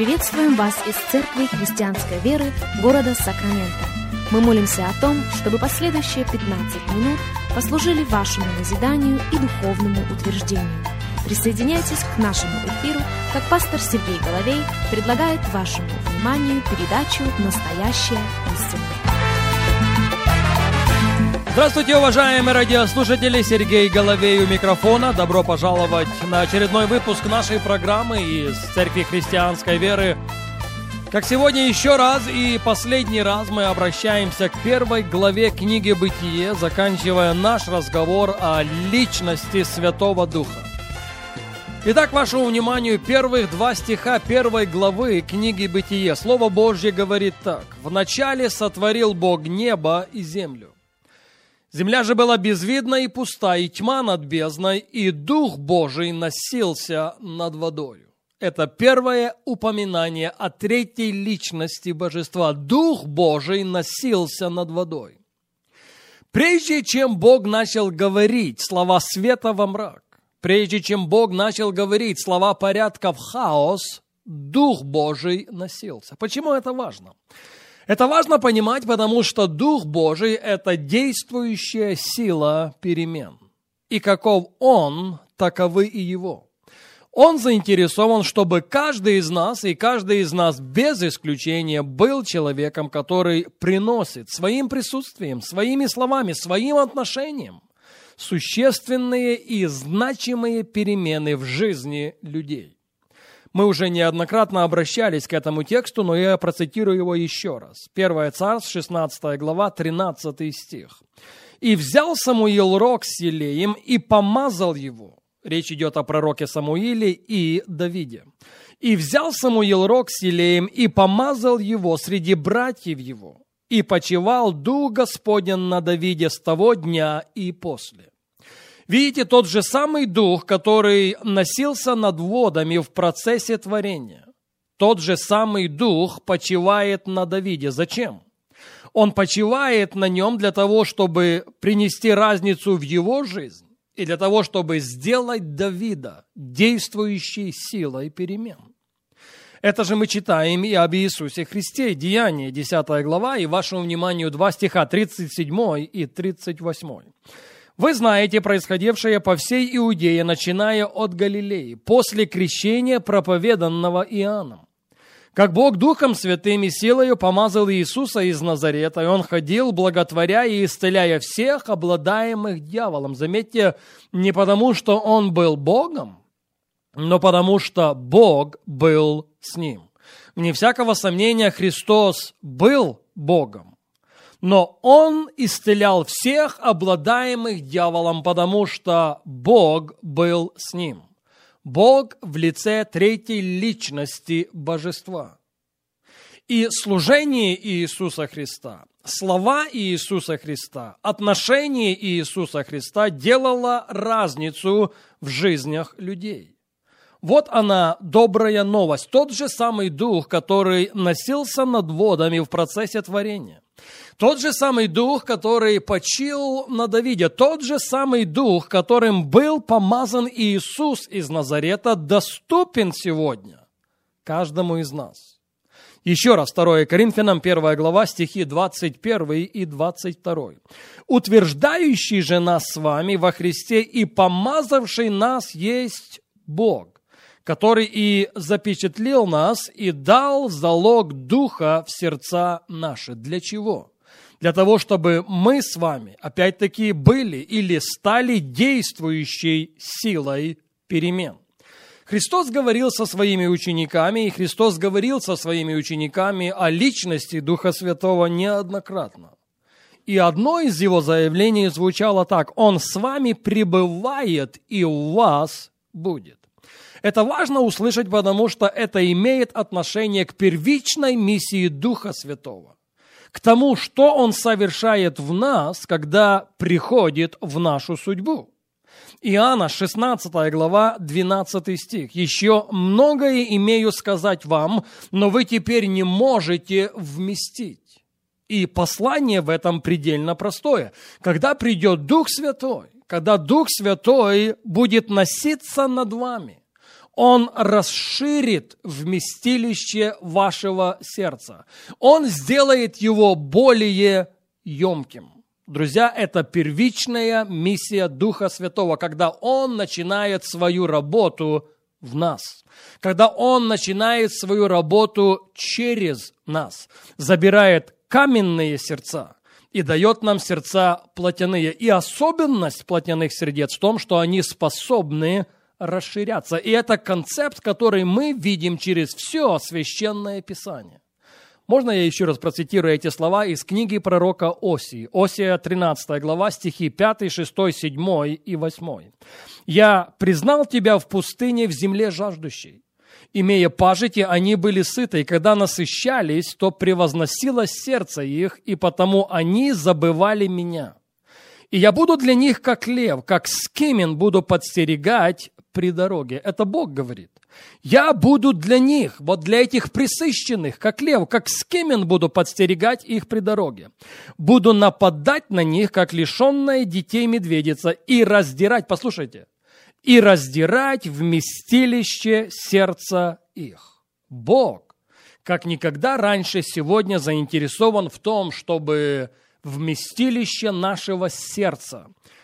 Приветствуем вас из Церкви Христианской Веры города Сакраменто. Мы молимся о том, чтобы последующие 15 минут послужили вашему назиданию и духовному утверждению. Присоединяйтесь к нашему эфиру, как пастор Сергей Головей предлагает вашему вниманию передачу «Настоящая истина». Здравствуйте, уважаемые радиослушатели! Сергей Головей у микрофона. Добро пожаловать на очередной выпуск нашей программы из Церкви Христианской Веры. Как сегодня еще раз и последний раз мы обращаемся к первой главе книги «Бытие», заканчивая наш разговор о личности Святого Духа. Итак, вашему вниманию первых 2 стиха 1 главы книги «Бытие». Слово Божье говорит так: «Вначале сотворил Бог небо и землю. Земля же была безвидна и пуста, и тьма над бездной, и Дух Божий носился над водою». Это первое упоминание о третьей личности Божества. Дух Божий носился над водой. Прежде чем Бог начал говорить слова света во мрак, прежде чем Бог начал говорить слова порядка в хаос, Дух Божий носился. Почему это важно? Это важно понимать, потому что Дух Божий – это действующая сила перемен. И каков Он, таковы и Его. Он заинтересован, чтобы каждый из нас, и каждый из нас без исключения, был человеком, который приносит своим присутствием, своими словами, своим отношением существенные и значимые перемены в жизни людей. Мы уже неоднократно обращались к этому тексту, но я процитирую его еще раз. 1 Царств, 16 глава, 13 стих. «И взял Самуил рог с елеем и помазал его». Речь идет о пророке Самуиле и Давиде. «И взял Самуил рог с елеем и помазал его среди братьев его, и почивал Дух Господень на Давиде с того дня и после». Видите, тот же самый Дух, который носился над водами в процессе творения, тот же самый Дух почивает на Давиде. Зачем? Он почивает на нем для того, чтобы принести разницу в его жизнь и для того, чтобы сделать Давида действующей силой перемен. Это же мы читаем и об Иисусе Христе, Деяния, 10 глава, и вашему вниманию 2 стиха, 37 и 38. Вы знаете происходившее по всей Иудее, начиная от Галилеи, после крещения, проповеданного Иоанном. Как Бог Духом Святым и силою помазал Иисуса из Назарета, и Он ходил, благотворя и исцеляя всех, обладаемых дьяволом. Заметьте, не потому, что Он был Богом, но потому, что Бог был с Ним. Вне всякого сомнения, Христос был Богом. Но Он исцелял всех, обладаемых дьяволом, потому что Бог был с ним. Бог в лице третьей личности Божества. И служение Иисуса Христа, слова Иисуса Христа, отношение Иисуса Христа делало разницу в жизнях людей. Вот она, добрая новость. Тот же самый Дух, который носился над водами в процессе творения. Тот же самый Дух, который почил на Давиде, тот же самый Дух, которым был помазан Иисус из Назарета, доступен сегодня каждому из нас. Еще раз, 2 Коринфянам, 1 глава, стихи 21 и 22. «Утверждающий же нас с вами во Христе и помазавший нас есть Бог, который и запечатлел нас и дал залог Духа в сердца наши». Для чего? Для того, чтобы мы с вами, опять-таки, были или стали действующей силой перемен. Христос говорил со своими учениками, и Христос говорил со своими учениками о личности Духа Святого неоднократно. И одно из его заявлений звучало так: «Он с вами пребывает и у вас будет». Это важно услышать, потому что это имеет отношение к первичной миссии Духа Святого, к тому, что Он совершает в нас, когда приходит в нашу судьбу. Иоанна, 16 глава, 12 стих. «Еще многое имею сказать вам, но вы теперь не можете вместить». И послание в этом предельно простое. Когда придет Дух Святой, когда Дух Святой будет носиться над вами, Он расширит вместилище вашего сердца. Он сделает его более емким. Друзья, это первичная миссия Духа Святого, когда Он начинает свою работу в нас, когда Он начинает свою работу через нас, забирает каменные сердца и дает нам сердца плотяные. И особенность плотяных сердец в том, что они способны расширяться. И это концепт, который мы видим через все Священное Писание. Можно я еще раз процитирую эти слова из книги пророка Осии? Осия, 13 глава, стихи 5, 6, 7 и 8. «Я признал тебя в пустыне, в земле жаждущей. Имея пажити, они были сыты, и когда насыщались, то превозносилось сердце их, и потому они забывали меня. И я буду для них, как лев, как скимен буду подстерегать при дороге». Это Бог говорит. Я буду для них, вот для этих пресыщенных, как лев, как скимен буду подстерегать их при дороге. Буду нападать на них, как лишенная детей медведица, и раздирать, послушайте, и раздирать вместилище сердца их. Бог, как никогда раньше, сегодня заинтересован в том, чтобы вместилище нашего сердца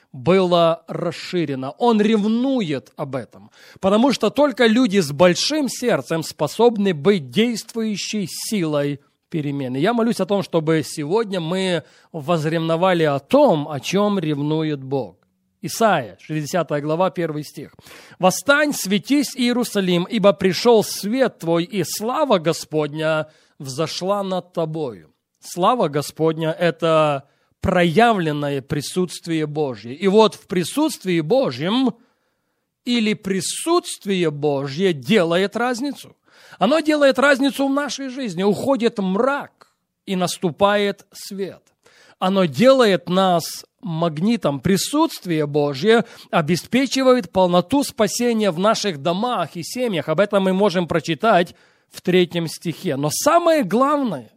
было расширено. Он ревнует об этом, потому что только люди с большим сердцем способны быть действующей силой перемены. Я молюсь о том, чтобы сегодня мы возревновали о том, о чем ревнует Бог. Исайя, 60 глава, 1 стих. «Восстань, светись, Иерусалим, ибо пришел свет твой, и слава Господня взошла над тобою». Слава Господня – это проявленное присутствие Божье. И вот в присутствии Божьем или присутствие Божье делает разницу. Оно делает разницу в нашей жизни. Уходит мрак и наступает свет. Оно делает нас магнитом. Присутствие Божье обеспечивает полноту спасения в наших домах и семьях. Об этом мы можем прочитать в 3 стихе. Но самое главное,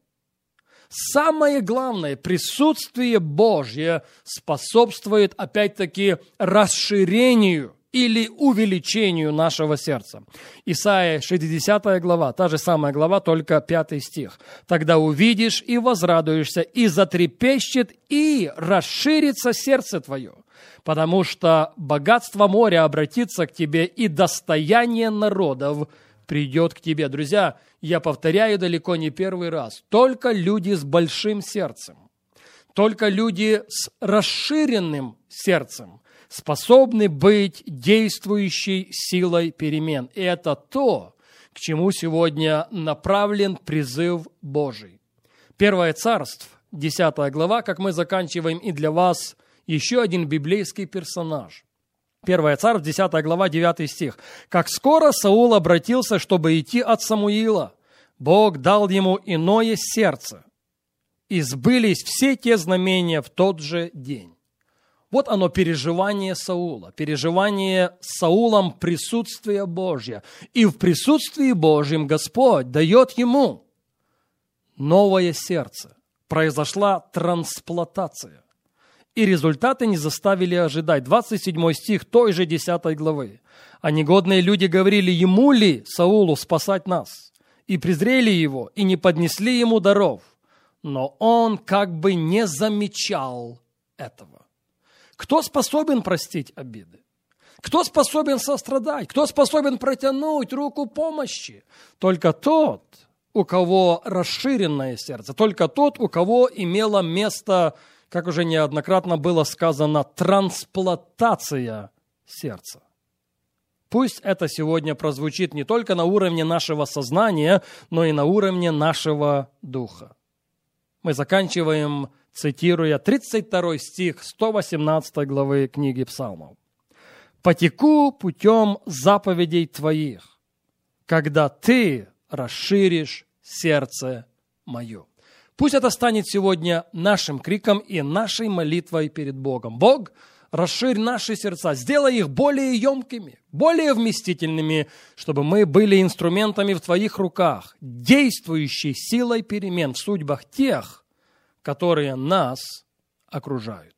присутствие Божье способствует, опять-таки, расширению или увеличению нашего сердца. Исайя, 60 глава, та же самая глава, только 5 стих. «Тогда увидишь и возрадуешься, и затрепещет, и расширится сердце твое, потому что богатство моря обратится к тебе, и достояние народов придет к тебе». Друзья, я повторяю далеко не первый раз. Только люди с большим сердцем, только люди с расширенным сердцем способны быть действующей силой перемен. И это то, к чему сегодня направлен призыв Божий. 1 Царств, 10 глава, как мы заканчиваем, и для вас еще один библейский персонаж. 1 Царств, 10 глава, 9 стих. «Как скоро Саул обратился, чтобы идти от Самуила, Бог дал ему иное сердце, и сбылись все те знамения в тот же день». Вот оно, переживание Саула, переживание Саулом присутствия Божьего. И в присутствии Божьем Господь дает ему новое сердце. Произошла трансплантация. И результаты не заставили ожидать. 27 стих той же 10 главы. «А негодные люди говорили, ему ли, Саулу, спасать нас? И презрели его, и не поднесли ему даров. Но он как бы не замечал этого». Кто способен простить обиды? Кто способен сострадать? Кто способен протянуть руку помощи? Только тот, у кого расширенное сердце, только тот, у кого имело место, как уже неоднократно было сказано, трансплантация сердца. Пусть это сегодня прозвучит не только на уровне нашего сознания, но и на уровне нашего духа. Мы заканчиваем, цитируя 32 стих 118 главы книги Псалмов. «Потеку путем заповедей твоих, когда ты расширишь сердце мое». Пусть это станет сегодня нашим криком и нашей молитвой перед Богом. Бог, расширь наши сердца, сделай их более емкими, более вместительными, чтобы мы были инструментами в твоих руках, действующей силой перемен в судьбах тех, которые нас окружают.